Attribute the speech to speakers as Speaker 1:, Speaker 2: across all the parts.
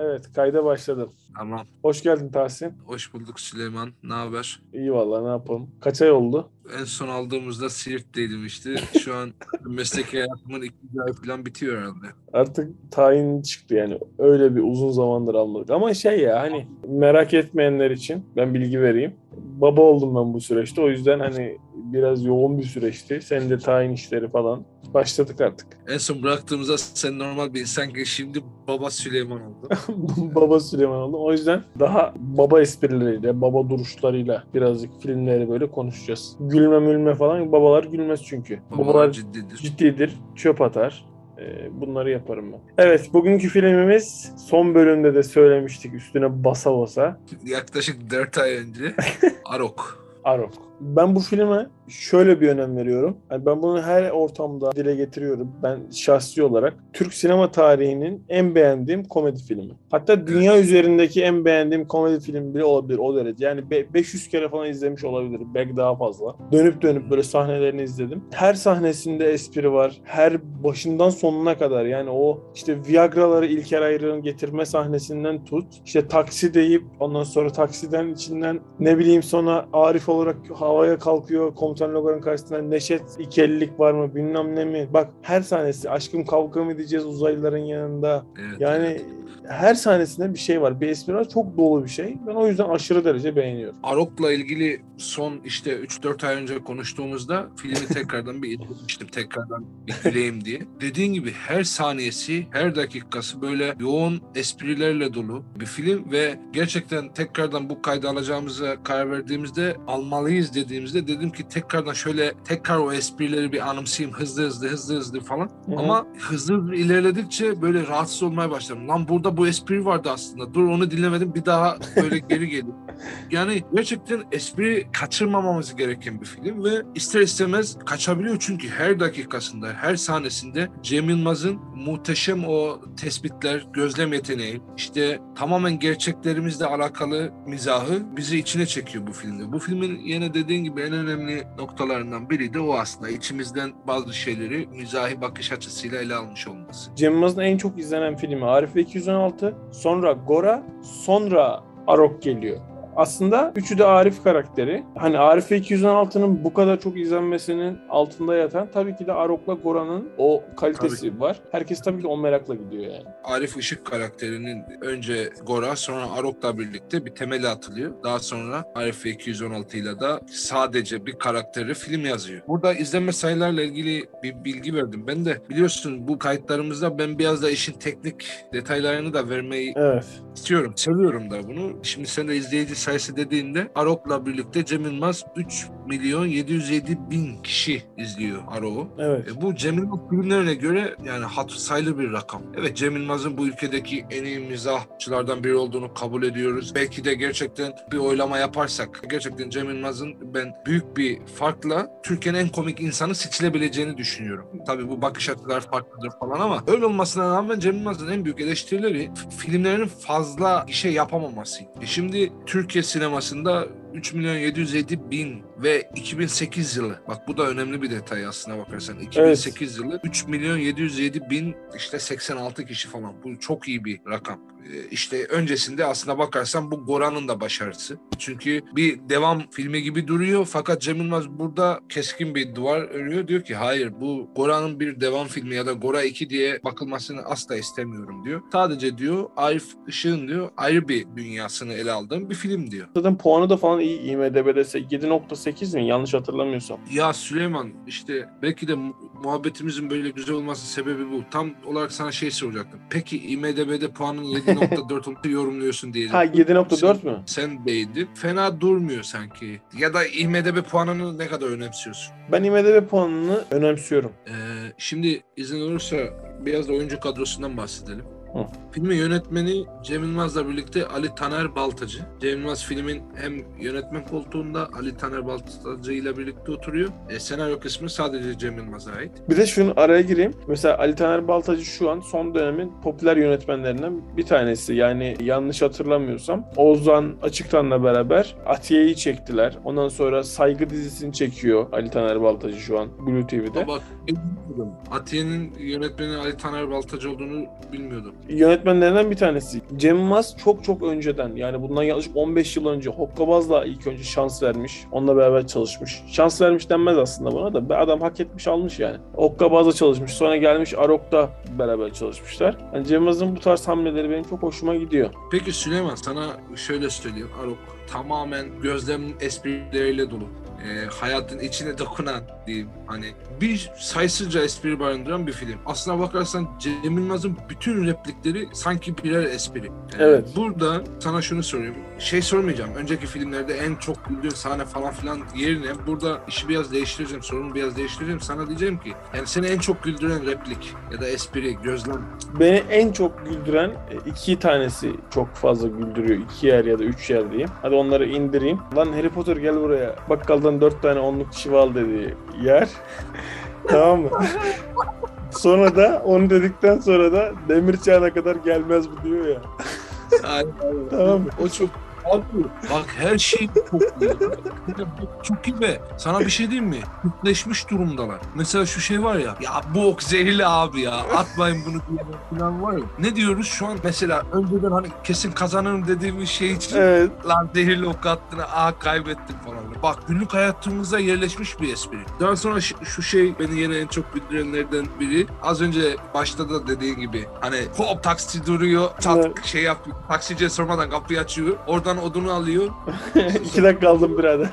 Speaker 1: Evet, kayda başladım.
Speaker 2: Tamam.
Speaker 1: Hoş geldin Tahsin.
Speaker 2: Hoş bulduk Süleyman. Ne haber?
Speaker 1: İyi vallahi ne yapalım. Kaç ay oldu?
Speaker 2: En son aldığımızda Siirt'teydim işte. Şu an mesleki hayatımın ikinci ayı falan bitiyor herhalde.
Speaker 1: Artık tayin çıktı yani. Öyle bir uzun zamandır almadık. Ama şey ya hani merak etmeyenler için ben bilgi vereyim. Baba oldum ben bu süreçte. O yüzden hani biraz yoğun bir süreçti. Senin de tayin işleri falan. Başladık artık.
Speaker 2: En son bıraktığımızda sen normal bir insan ki şimdi baba Süleyman oldun.
Speaker 1: Baba Süleyman oldum. O yüzden daha baba esprileriyle, baba duruşlarıyla birazcık filmleri böyle konuşacağız. Gülme mülme falan babalar gülmez çünkü.
Speaker 2: Babalar
Speaker 1: Babalar
Speaker 2: ciddidir.
Speaker 1: ciddidir, çöp atar. Bunları yaparım ben. Evet, bugünkü filmimiz son bölümde de söylemiştik üstüne basa basa.
Speaker 2: Yaklaşık 4 ay önce Arok.
Speaker 1: Arok. Ben bu filme şöyle bir önem veriyorum. Yani ben bunu her ortamda dile getiriyorum. Ben şahsi olarak Türk sinema tarihinin en beğendiğim komedi filmi. Hatta dünya
Speaker 2: Evet.
Speaker 1: üzerindeki en beğendiğim komedi filmi bile olabilir o derece. Yani 500 kere falan izlemiş olabilirim. Belki daha fazla. Dönüp dönüp böyle sahnelerini izledim. Her sahnesinde espri var. Her başından sonuna kadar. Yani o işte Viagra'ları İlker Ayrık'ın getirme sahnesinden tut. İşte taksi deyip ondan sonra taksiden içinden ne bileyim sonra Arif olarak havaya kalkıyor. Komutan Logar'ın karşısında Neşet İkelilik var mı bilmem ne mi. Bak her sahnesi aşkım kavga mı edeceğiz uzaylıların yanında.
Speaker 2: Evet,
Speaker 1: Yani
Speaker 2: evet.
Speaker 1: her sahnesinde bir şey var. Bir espri var. Çok dolu bir şey. Ben o yüzden aşırı derece beğeniyorum.
Speaker 2: Arok'la ilgili son işte 3-4 ay önce konuştuğumuzda filmi tekrardan bir izlemiştim. Tekrardan bir güleyim diye. Dediğin gibi her saniyesi, her dakikası böyle yoğun esprilerle dolu bir film ve gerçekten tekrardan bu kaydı alacağımıza karar verdiğimizde almalıyız dediğimizde dedim ki tekrardan şöyle tekrar o esprileri bir anımsayayım hızlı falan.
Speaker 1: Hı hı.
Speaker 2: Ama hızlı ilerledikçe böyle rahatsız olmaya başladım. Lan burada bu espri vardı aslında. Dur onu dinlemedim bir daha böyle geri geliyor. Yani gerçekten espri kaçırmamamız gereken bir film ve ister istemez kaçabiliyor çünkü her dakikasında, her sahnesinde Cem Yılmaz'ın muhteşem o tespitler, gözlem yeteneği, işte tamamen gerçeklerimizle alakalı mizahı bizi içine çekiyor bu filmde. Bu filmin yine dediğin gibi en önemli noktalarından biri de o aslında. İçimizden bazı şeyleri mizahi bakış açısıyla ele almış olması.
Speaker 1: Cem Yılmaz'ın en çok izlenen filmi Arif ve 216. Sonra Gora. Sonra Arok geliyor. Aslında üçü de Arif karakteri. Hani Arif ve 216'nın bu kadar çok izlenmesinin altında yatan tabii ki de Arok'la Gora'nın o
Speaker 2: Tabii.
Speaker 1: kalitesi var. Herkes tabii ki o merakla gidiyor yani.
Speaker 2: Arif Işık karakterinin önce Gora sonra Arok'la birlikte bir temeli atılıyor. Daha sonra Arif ve 216 ile de sadece bir karakteri film yazıyor. Burada izlenme sayılarla ilgili bir bilgi verdim. Ben de biliyorsun bu kayıtlarımızda ben biraz da işin teknik detaylarını da vermeyi
Speaker 1: Evet.
Speaker 2: istiyorum. Seviyorum da bunu. Şimdi sen de izleyici sayısı dediğinde Arok'la birlikte Cem Yılmaz 3 milyon 707 bin kişi izliyor Arok'u.
Speaker 1: Evet.
Speaker 2: Bu Cem Yılmaz filmlerine göre yani hatır sayılır bir rakam. Evet Cem Yılmaz'ın bu ülkedeki en iyi mizahçılardan biri olduğunu kabul ediyoruz. Belki de gerçekten bir oylama yaparsak gerçekten Cem Yılmaz'ın ben büyük bir farkla Türkiye'nin en komik insanı seçilebileceğini düşünüyorum. Tabii bu bakış açıları farklıdır falan ama öyle olmasına rağmen Cem Yılmaz'ın en büyük eleştirileri filmlerin fazla gişe yapamaması. Şimdi Türkiye sinemasında 3 milyon 707 bin ve 2008 yılı. Bak bu da önemli bir detay aslına bakarsan.
Speaker 1: Evet.
Speaker 2: 2008 yılı 3 milyon 707 bin işte 86 kişi falan. Bu çok iyi bir rakam. İşte öncesinde aslına bakarsan bu Gora'nın da başarısı. Çünkü bir devam filmi gibi duruyor fakat Cem Yılmaz burada keskin bir duvar örüyor. Diyor ki hayır bu Gora'nın bir devam filmi ya da Gora 2 diye bakılmasını asla istemiyorum diyor. Sadece diyor Arif Işık'ın diyor ayrı bir dünyasını ele aldığım bir film diyor.
Speaker 1: Zaten puanı da falan iyi. IMDb'de 7.8 mi? Yanlış hatırlamıyorsam.
Speaker 2: Ya Süleyman işte belki de muhabbetimizin böyle güzel olması sebebi bu. Tam olarak sana şey soracaktım. Peki IMDb'de puanın 7.4 olduğunu yorumluyorsun
Speaker 1: Ha
Speaker 2: diyecektim.
Speaker 1: 7.4 mü?
Speaker 2: Sen beğendin. Fena durmuyor sanki. Ya da IMDb puanını ne kadar önemsiyorsun?
Speaker 1: Ben IMDb puanını önemsiyorum.
Speaker 2: Şimdi izin olursa biraz da oyuncu kadrosundan bahsedelim.
Speaker 1: Hı.
Speaker 2: Filmin yönetmeni Cem Yılmaz'la birlikte Ali Taner Baltacı. Cem Yılmaz filmin hem yönetmen koltuğunda Ali Taner Baltacı ile birlikte oturuyor. Senaryo kısmı sadece Cem Yılmaz'a ait.
Speaker 1: Bir de şunu araya gireyim. Mesela Ali Taner Baltacı şu an son dönemin popüler yönetmenlerinden bir tanesi. Yani yanlış hatırlamıyorsam Oğuzhan Açıktan'la beraber Atiye'yi çektiler. Ondan sonra Saygı dizisini çekiyor Ali Taner Baltacı şu an Blue TV'de.
Speaker 2: Bak, Atiye'nin yönetmeni Ali Taner Baltacı olduğunu bilmiyordum.
Speaker 1: yönetmenlerinden bir tanesi. Cem Yılmaz çok çok önceden, yani bundan yaklaşık 15 yıl önce Hokkabaz'la ilk önce şans vermiş. Onunla beraber çalışmış. Şans vermiş denmez aslında buna da. Adam hak etmiş, almış yani. Hokkabaz'la çalışmış. Sonra gelmiş Arok'ta beraber çalışmışlar. Yani Cem Yılmaz'ın bu tarz hamleleri benim çok hoşuma gidiyor.
Speaker 2: Peki Süleyman, sana şöyle söyleyeyim. Arok tamamen gözlem esprileriyle dolu. Hayatın içine dokunan diyeyim, hani bir sayısızca espri barındıran bir film. Aslına bakarsan Cem Yılmaz'ın bütün replikleri sanki birer espri.
Speaker 1: Evet.
Speaker 2: Burada sana şunu sorayım. Sormayacağım. Önceki filmlerde en çok güldüğün sahne falan filan yerine burada işi biraz değiştireceğim. Sorunu biraz değiştireceğim. Sana diyeceğim ki yani seni en çok güldüren replik ya da espri, gözlem.
Speaker 1: Beni en çok güldüren iki tanesi çok fazla güldürüyor. 2 yer ya da 3 yer diyeyim. Hadi onları indireyim. Lan Harry Potter gel buraya. Bakkaldan 4 tane 10'luk şiva al dediği yer. Tamam mı? Sonra da onu dedikten sonra da demir çağına kadar gelmez bu diyor ya. Tamam mı?
Speaker 2: O çok abi, bak her şey çok iyi. Çok iyi be. Sana bir şey diyeyim mi? Türkleşmiş durumdalar. Mesela şu şey var ya bu ok zehirli abi ya. Atmayın bunu diye falan var ya. Ne diyoruz şu an? Mesela önceden hani kesin kazanırım dediğimiz şey için
Speaker 1: Evet.
Speaker 2: lan zehirli ok attığını kaybettim falan. Bak günlük hayatımıza yerleşmiş bir espri. Daha sonra şu şey beni yine en çok güldürenlerden biri. Az önce başta da dediğin gibi hani hop taksi duruyor.
Speaker 1: Evet.
Speaker 2: Şey yapıyor. Taksiciye sormadan kapıyı açıyor. Oradan odunu alıyor.
Speaker 1: 2 dakika aldım birader.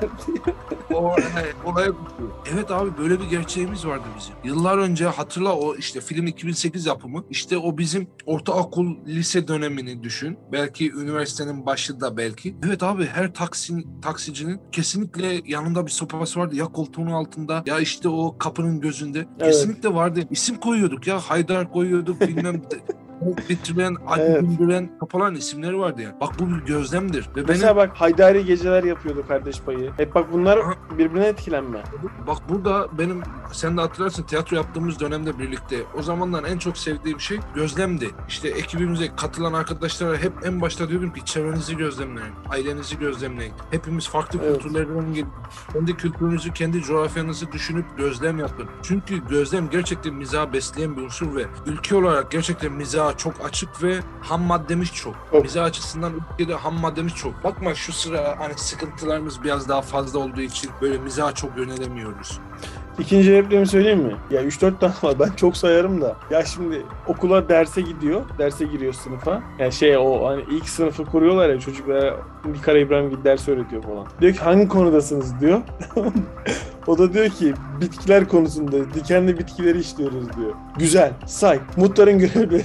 Speaker 2: Olaya bakıyor. Evet abi, böyle bir gerçeğimiz vardı bizim. Yıllar önce hatırla, o işte film 2008 yapımı. İşte o bizim ortaokul lise dönemini düşün. Belki üniversitenin başı da belki. Evet abi, her taksicinin kesinlikle yanında bir sopası vardı. Ya koltuğunun altında ya işte o kapının gözünde.
Speaker 1: Evet.
Speaker 2: Kesinlikle vardı. İsim koyuyorduk ya. Haydar koyuyorduk bilmem bitiren,
Speaker 1: Evet.
Speaker 2: güldüren kapalan isimleri vardı ya. Bak bu bir gözlemdir. Ve
Speaker 1: Mesela bak Haydari geceler yapıyordu kardeş payı. Hep bak bunlar birbirine etkilenme.
Speaker 2: bak burada benim, sen de hatırlarsın, tiyatro yaptığımız dönemde birlikte o zamanlar en çok sevdiğim şey gözlemdi. İşte ekibimize katılan arkadaşlara hep en başta diyordum ki çevrenizi gözlemleyin, ailenizi gözlemleyin. Hepimiz farklı kültürlerden gelip kendi kültürünüzü, kendi coğrafyanızı düşünüp gözlem yapın. Çünkü gözlem gerçekten mizahı besleyen bir unsur ve ülke olarak gerçekten mizah çok açık ve ham maddemiz çok. Mizah açısından ülkede ham maddemiz çok. Bakma şu sıra hani sıkıntılarımız biraz daha fazla olduğu için böyle mizaha çok yönelemiyoruz.
Speaker 1: İkinci repliğimi söyleyeyim mi? Ya 3-4 tane var. Ben çok sayarım da. Ya şimdi okula derse gidiyor. Derse giriyor sınıfa. Yani o hani ilk sınıfı kuruyorlar ya, çocuklara bir kara İbrahim gibi ders öğretiyor falan. Diyor ki hangi konudasınız diyor. O da diyor ki bitkiler konusunda, dikenli bitkileri işliyoruz diyor. Güzel, say. Muhtarın görevleri.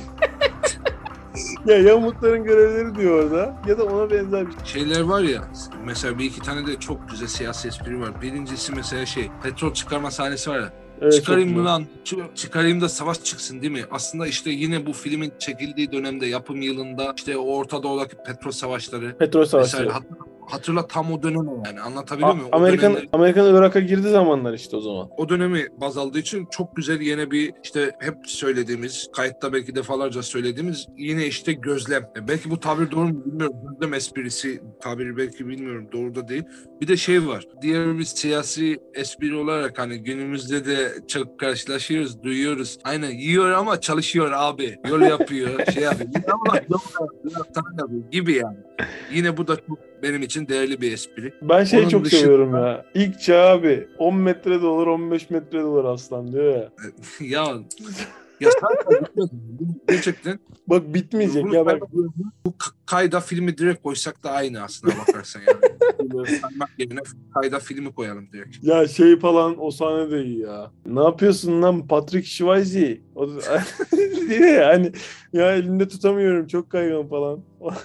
Speaker 1: ya muhtarın görevleri diyor orada ya da ona benzer bir şey.
Speaker 2: Şeyler var ya, mesela bir iki tane de çok güzel siyasi espri var. Birincisi mesela petrol çıkarma sahnesi var ya.
Speaker 1: Evet,
Speaker 2: Çıkarayım mı lan? Çıkarayım da savaş çıksın değil mi? Aslında işte yine bu filmin çekildiği dönemde, yapım yılında işte o Orta Doğu'daki petrol savaşları.
Speaker 1: Petrol savaşları.
Speaker 2: Hatırla tam o dönemi yani, anlatabiliyor muyum?
Speaker 1: Amerikan Irak'a girdiği zamanlar işte o zaman.
Speaker 2: O dönemi baz aldığı için çok güzel yine bir işte hep söylediğimiz, kayıtta belki defalarca söylediğimiz yine işte gözlem. Belki bu tabir doğru mu bilmiyorum. Gözlem esprisi tabiri belki bilmiyorum, doğru da değil. Bir de var. Diğer bir siyasi espri olarak hani günümüzde de çok karşılaşıyoruz, duyuyoruz. Aynen, yiyor ama çalışıyor abi. Yol yapıyor, yapıyor. Ama yol yapıyor gibi yani. Yine bu da çok benim için değerli bir espri.
Speaker 1: Ben çok seviyorum ya. İlk çağ abi 10 metre dolar 15 metre dolar aslan diyor ya.
Speaker 2: ya gerçekten.
Speaker 1: Bak bitmeyecek ya bak.
Speaker 2: Bu kayda filmi direkt koysak da aynı aslında bakarsan yani. Yerine kayda filmi koyalım direkt.
Speaker 1: Ya falan o sahne de iyi ya. Ne yapıyorsun lan Patrick Swayze? O diyor ya hani ya elinde tutamıyorum çok kaygan falan.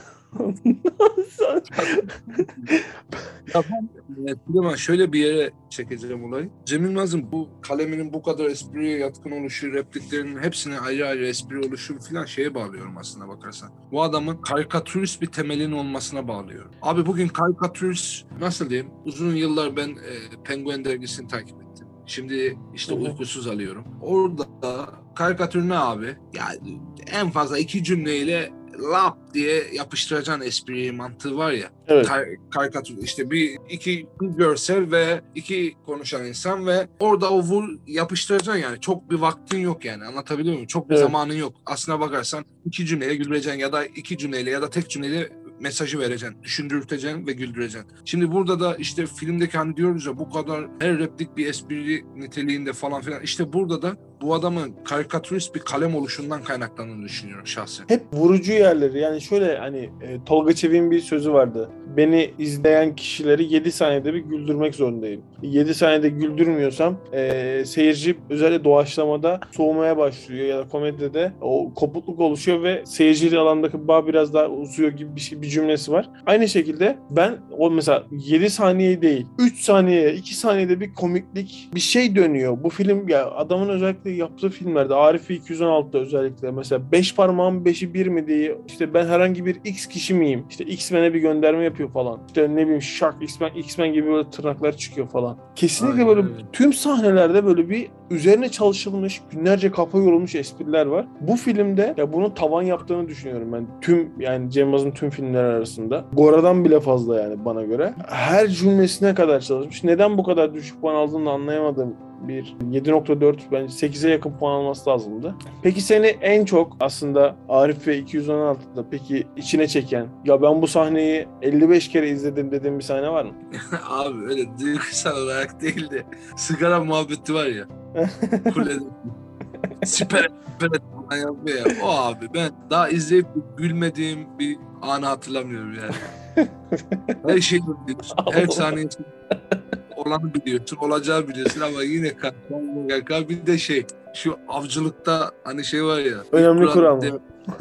Speaker 2: Ben şöyle bir yere çekeceğim olayı. Cem Yılmaz'ın bu kaleminin bu kadar espriye yatkın oluşu, repliklerinin hepsine ayrı ayrı espri oluşu falan şeye bağlıyorum aslında bakarsan. Bu adamın karikatürist bir temelin olmasına bağlıyorum. Abi bugün karikatürist nasıl diyeyim? Uzun yıllar ben Penguin dergisini takip ettim. Şimdi işte uykusuz alıyorum. Orada karikatür ne abi? Yani en fazla 2 cümleyle lap diye yapıştıracaksın espri mantığı var ya.
Speaker 1: Evet.
Speaker 2: Karikatür işte iki görsel ve iki konuşan insan ve orada o yapıştıracaksın yani. Çok bir vaktin yok yani, anlatabiliyor muyum? Çok bir
Speaker 1: Evet.
Speaker 2: zamanın yok. Aslına bakarsan iki cümleyle güldüreceksin ya da iki cümleyle ya da tek cümleyle mesajı vereceksin, düşündürteceksin ve güldüreceksin. Şimdi burada da işte filmdeki hani diyoruz ya bu kadar her replik bir espri niteliğinde falan filan. İşte burada da bu adamın karikatürist bir kalem oluşundan kaynaklandığını düşünüyorum şahsen.
Speaker 1: Hep vurucu yerleri, yani şöyle hani Tolga Çevik'in bir sözü vardı. Beni izleyen kişileri 7 saniyede bir güldürmek zorundayım. 7 saniyede güldürmüyorsam seyirci özellikle doğaçlamada soğumaya başlıyor ya da komedide o kopukluk oluşuyor ve seyirciyle alandaki bağ biraz daha uzuyor gibi bir cümlesi var. Aynı şekilde ben o mesela 7 saniye değil 3 saniye 2 saniyede bir komiklik bir şey dönüyor. Bu film ya adamın özellikle yaptığı filmlerde Arif 216'da özellikle mesela 5 parmağın 5'i 1 mi diye işte ben herhangi bir X kişi miyim? İşte X-Men'e bir gönderme yapıyor falan. İşte ne bileyim şak X-Men gibi böyle tırnaklar çıkıyor falan. Kesinlikle
Speaker 2: Aynen
Speaker 1: böyle
Speaker 2: öyle.
Speaker 1: tüm sahnelerde böyle bir üzerine çalışılmış, günlerce kafa yorulmuş espriler var. Bu filmde ya bunun tavan yaptığını düşünüyorum ben. Yani Cem Yılmaz'ın tüm filmler arasında. Gora'dan bile fazla yani bana göre. Her cümlesine kadar çalışmış. Neden bu kadar düşük puan aldığını da anlayamadım. 7.4 bence 8'e yakın puan alması lazımdı. Peki seni en çok aslında Arif ve 216'da peki içine çeken ya ben bu sahneyi 55 kere izledim dediğin bir sahne var mı?
Speaker 2: Abi öyle duygusal olarak değil de sigara muhabbeti var ya. Kulede. Siper falan yapıyor ya. O abi ben daha izleyip gülmediğim bir anı hatırlamıyorum yani. Her şeyi biliyorsun. Her saniyesi olanı biliyorsun. Olacağı biliyorsun ama yine kanka bir de şu avcılıkta hani şey var ya.
Speaker 1: Önemli kural mı?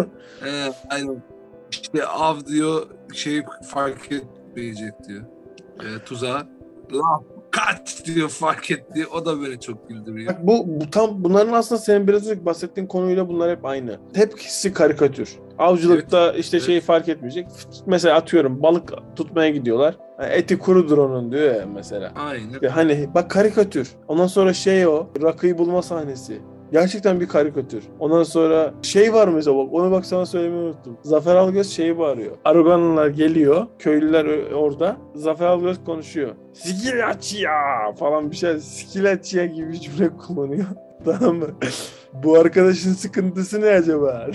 Speaker 2: Aynen. İşte av diyor fark etmeyecek diyor. Tuzağa. La kaç diyor fark etti. O da beni çok güldürüyor.
Speaker 1: Bak bu tam bunların aslında senin biraz önce bahsettiğin konuyla bunlar hep aynı. Hepsi karikatür. Avcılıkta işte fark etmeyecek. Mesela atıyorum balık tutmaya gidiyorlar. Eti kurudur onun diyor ya mesela.
Speaker 2: Aynen.
Speaker 1: Hani bak karikatür. Ondan sonra o rakıyı bulma sahnesi. Gerçekten bir karikatür. Ondan sonra var mesela bak onu sana söylemeyi unuttum. Zafer Algöz bağırıyor. Aragonlular geliyor. Köylüler orada. Zafer Algöz konuşuyor. Sikilaçya falan bir şey. Sikilaçya gibi bir cümle kullanıyor. Tamam mı? Bu arkadaşın sıkıntısı ne acaba?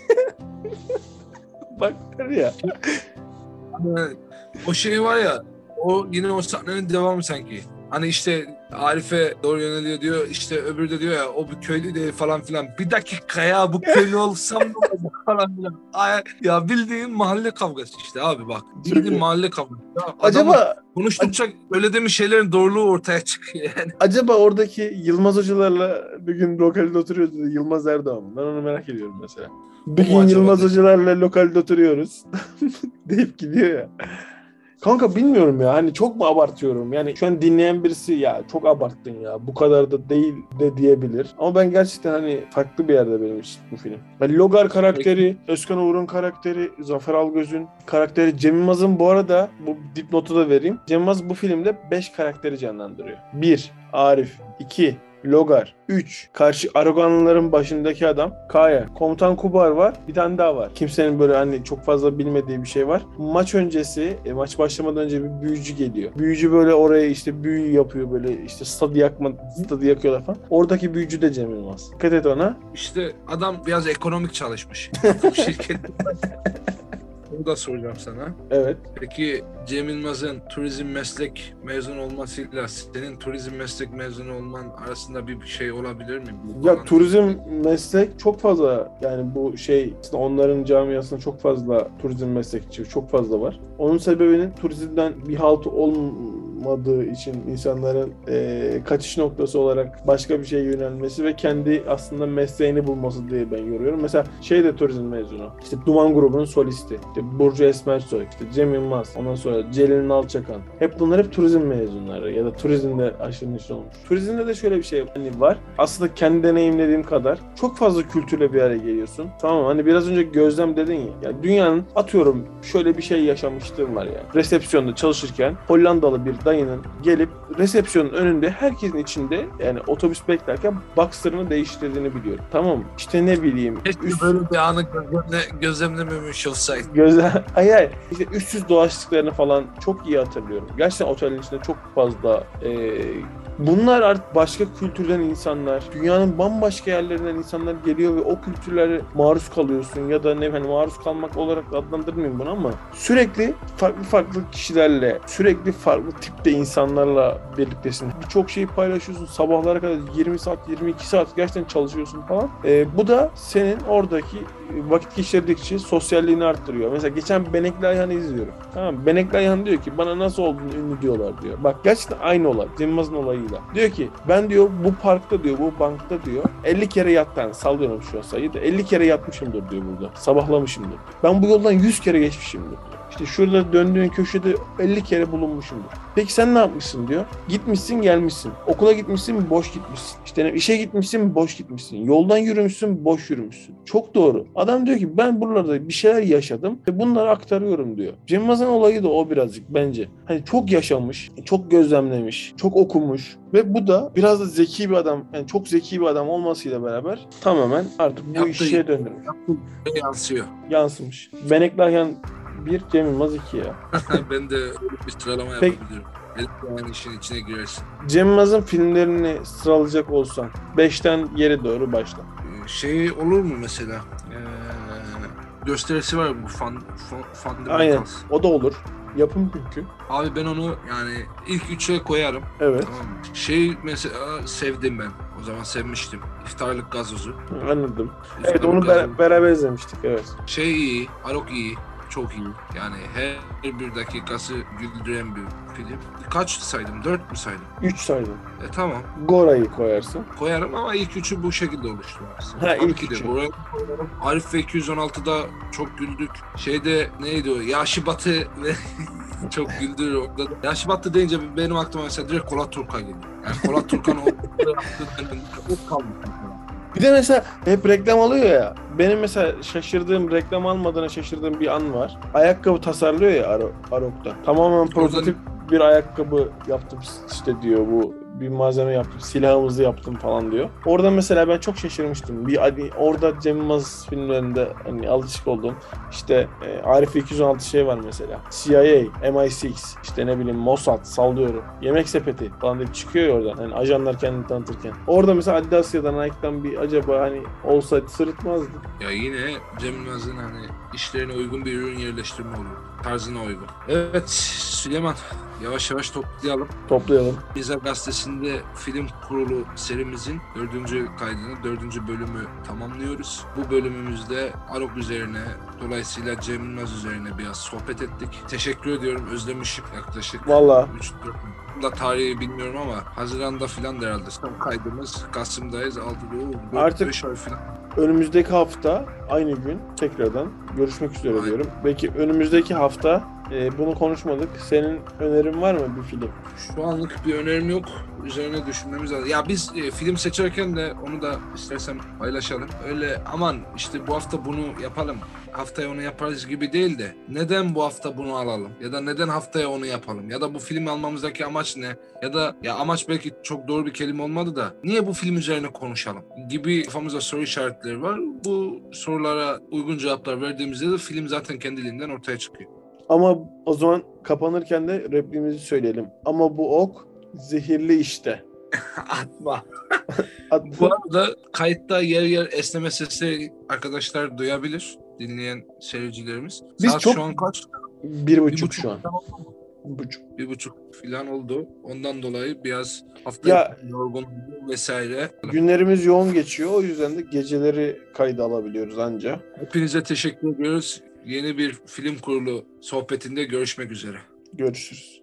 Speaker 1: Bak ya.
Speaker 2: O var ya o yine o sahnenin devamı sanki. Hani işte Arif'e doğru yöneliyor diyor. İşte öbürü de diyor ya o bir köylü değil falan filan. Bir dakika ya bu köylü olsam ne olacak falan filan. Ya bildiğin mahalle kavgası işte abi bak. Bildiğin mahalle kavgası. Ya
Speaker 1: Acaba
Speaker 2: konuştukça öyle demiş şeylerin doğruluğu ortaya çıkıyor yani.
Speaker 1: Acaba oradaki Yılmaz hocalarla bir gün lokalde oturuyordu. Yılmaz Erdoğan. Ben onu merak ediyorum mesela. Bir gün Yılmaz hocalarla lokalde oturuyoruz deyip gidiyor ya. Kanka bilmiyorum ya hani çok mu abartıyorum? Yani şu an dinleyen birisi ya çok abarttın ya bu kadar da değil de diyebilir. Ama ben gerçekten hani farklı bir yerde benim için bu film. Yani Logar karakteri, Özkan Uğur'un karakteri, Zafer Algöz'ün karakteri, Cem Yılmaz'ın bu arada bu dipnotu da vereyim. Cem Yılmaz bu filmde 5 karakteri canlandırıyor. 1. Arif. 2. Logar. 3. Karşı Aragonluların başındaki adam Kaya. Komutan Kubar var. Bir tane daha var. Kimsenin böyle hani çok fazla bilmediği bir şey var. Maç öncesi, maç başlamadan önce bir büyücü geliyor. Büyücü böyle oraya işte büyü yapıyor böyle işte stadı yakıyorlar falan. Oradaki büyücü de Cem Yılmaz. Dikkat et ona.
Speaker 2: İşte adam biraz ekonomik çalışmış. Şirket. Bunu da soracağım sana.
Speaker 1: Evet.
Speaker 2: Peki Cem Yılmaz'ın turizm meslek mezunu olmasıyla senin turizm meslek mezunu olman arasında bir şey olabilir mi?
Speaker 1: Ya turizm meslek çok fazla yani bu onların camiasında çok fazla turizm meslekçi çok fazla var. Onun sebebinin turizmden bir halt olmadığı için insanların kaçış noktası olarak başka bir şeye yönelmesi ve kendi aslında mesleğini bulması diye ben görüyorum. Mesela de turizm mezunu. İşte Duman grubunun solisti. İşte Burcu Esmersoy, işte Cem Yılmaz, ondan sonra Celil Nalçakan. Bunlar hep turizm mezunları ya da turizmde aşırı neşir olmuş. Turizmde de şöyle bir şey var. Aslında kendi deneyimlediğim kadar çok fazla kültürle bir araya geliyorsun. Tamam hani biraz önce gözlem dedin ya. Yani dünyanın atıyorum şöyle bir şey yaşamışlığım var ya. Resepsiyonda çalışırken Hollandalı bir dayının gelip resepsiyonun önünde herkesin içinde yani otobüs beklerken boxer'ını değiştirdiğini biliyorum. Tamam mı? İşte ne bileyim.
Speaker 2: Keşke böyle bir anı gözlemlememiş olsaydı.
Speaker 1: Hayır. İşte üstsüz dolaştıklarını falan çok iyi hatırlıyorum. Gerçekten otelin içinde çok fazla bunlar artık başka kültürden insanlar, dünyanın bambaşka yerlerinden insanlar geliyor ve o kültürlere maruz kalıyorsun ya da ne hani maruz kalmak olarak adlandırmayayım bunu ama sürekli farklı kişilerle, sürekli farklı tipte insanlarla birliktesin. Birçok şeyi paylaşıyorsun. Sabahlara kadar 20 saat, 22 saat gerçekten çalışıyorsun falan. Bu da senin oradaki vakit geçirdikçe sosyalliğini arttırıyor. Mesela geçen Benekli Ayhan'ı izliyorum. Tamam mı? Benekli Ayhan diyor ki bana nasıl olduğunu ünlü diyorlar diyor. Bak gerçekten aynı olay. Cem Yılmaz'ın olayıyla. Diyor ki ben diyor bu parkta diyor bu bankta diyor 50 kere yattım. Sallıyorum şu an sayıyı da 50 kere yatmışımdır diyor burada. Sabahlamışımdır. Ben bu yoldan 100 kere geçmişimdir diyor. İşte şurada döndüğün köşede 50 kere bulunmuşumdur. Peki sen ne yapmışsın diyor. Gitmişsin gelmişsin. Okula gitmişsin boş gitmişsin. İşte işe gitmişsin boş gitmişsin. Yoldan yürümüşsün boş yürümüşsün. Çok doğru. Adam diyor ki ben buralarda bir şeyler yaşadım ve bunları aktarıyorum diyor. Cem Yılmaz'ın olayı da o birazcık bence. Hani çok yaşamış, çok gözlemlemiş, çok okumuş ve bu da biraz da zeki bir adam, yani çok zeki bir adam olmasıyla beraber tamamen artık bu işe döndürmüş.
Speaker 2: Yansıyor.
Speaker 1: Yansımış. Benekli Ayhan 1, Cem Yılmaz 2 ya.
Speaker 2: Ben de bir sıralama yapabilirim. Yani işin içine girersin.
Speaker 1: Cem Yılmaz'ın filmlerini sıralayacak olsan 5'ten geri doğru başla.
Speaker 2: Şey olur mu mesela? Gösterisi var bu Fundamentals.
Speaker 1: Aynen. O da olur. Yapım çünkü.
Speaker 2: Abi ben onu yani ilk 3'e koyarım.
Speaker 1: Evet.
Speaker 2: Tamam mı? Şey mesela sevdim ben. O zaman sevmiştim. İftarlık Gazozu.
Speaker 1: Anladım.
Speaker 2: İftarlık
Speaker 1: Evet onu beraber izlemiştik. Evet.
Speaker 2: Şey iyi. Arok iyi. Çok iyi. Yani her bir dakikası güldüren bir film. Kaç saydım? 4 mü saydım?
Speaker 1: 3 saydım.
Speaker 2: Tamam.
Speaker 1: Gora'yı koyarsın.
Speaker 2: Koyarım ama ilk 3'ü bu şekilde oluştururuz.
Speaker 1: Ha, ilk üçü.
Speaker 2: Arif ve 216'da çok güldük. Şeyde neydi o? Yaşı Batı ve çok güldürür orada. Yaşı Batı deyince benim aklıma mesela direkt Kolat Turkan geliyor. Yani Kolat Turkan o yaptığı kalmış.
Speaker 1: Bir de mesela hep reklam alıyor ya. Benim mesela şaşırdığım, reklam almadığına şaşırdığım bir an var. Ayakkabı tasarlıyor ya Arok'ta. Tamamen prototip bir ayakkabı yaptım işte diyor bu. Bir malzeme yaptım, silahımızı yaptım falan diyor. Orada mesela ben çok şaşırmıştım. Orada Cem Yılmaz filmlerinde hani alışık olduğum işte Arif 216 şey var mesela. CIA, MI6, işte ne bileyim Mossad sallıyorum. Yemek Sepeti falan deyip çıkıyor ya oradan. Hani ajanlar kendini tanıtırken. Orada mesela Adidas ya da Nike'dan bir acaba hani olsaydı sırıtmazdı.
Speaker 2: Ya yine Cem Yılmaz'ın hani işlerine uygun bir ürün yerleştirme oluyor. Tarzına uygun. Evet Süleyman, yavaş yavaş toplayalım. Mizah Gazetesi'nde film kurulu serimizin 4. kaydını, 4. bölümü tamamlıyoruz. Bu bölümümüzde Arok üzerine, dolayısıyla Cem Yılmaz üzerine biraz sohbet ettik. Teşekkür ediyorum, özlemişim yaklaşık.
Speaker 1: Valla.
Speaker 2: 3-4 da tarihi bilmiyorum ama Haziran'da falan da herhalde. Son kaydımız Kasım'dayız. 6'da
Speaker 1: artık
Speaker 2: 5 ay falan.
Speaker 1: Önümüzdeki hafta aynı gün tekrardan görüşmek üzere diyorum. Belki önümüzdeki hafta bunu konuşmadık. Senin önerin var mı bir film?
Speaker 2: Şu anlık bir önerim yok. Üzerine düşünmemiz lazım. Ya biz film seçerken de onu da istersen paylaşalım. Öyle aman işte bu hafta bunu yapalım, haftaya onu yaparız gibi değil de neden bu hafta bunu alalım? Ya da neden haftaya onu yapalım? Ya da bu filmi almamızdaki amaç ne? Ya da ya amaç belki çok doğru bir kelime olmadı da niye bu film üzerine konuşalım? Gibi kafamızda soru işaretleri var. Bu sorulara uygun cevaplar verdiğimizde de film zaten kendiliğinden ortaya çıkıyor.
Speaker 1: Ama o zaman kapanırken de repliğimizi söyleyelim. Ama bu ok zehirli işte.
Speaker 2: Atma. Bu arada kayıtta yer yer esneme sesleri arkadaşlar duyabilir. Dinleyen seyircilerimiz.
Speaker 1: Biz
Speaker 2: Saat
Speaker 1: çok...
Speaker 2: şu an kaç?
Speaker 1: 1.30 şu an.
Speaker 2: 1.5 falan oldu. Ondan dolayı biraz hafta yorgun vesaire.
Speaker 1: Günlerimiz yoğun geçiyor. O yüzden de geceleri kayda alabiliyoruz anca.
Speaker 2: Hepinize teşekkür ediyoruz. Yeni bir film kurulu sohbetinde görüşmek üzere.
Speaker 1: Görüşürüz.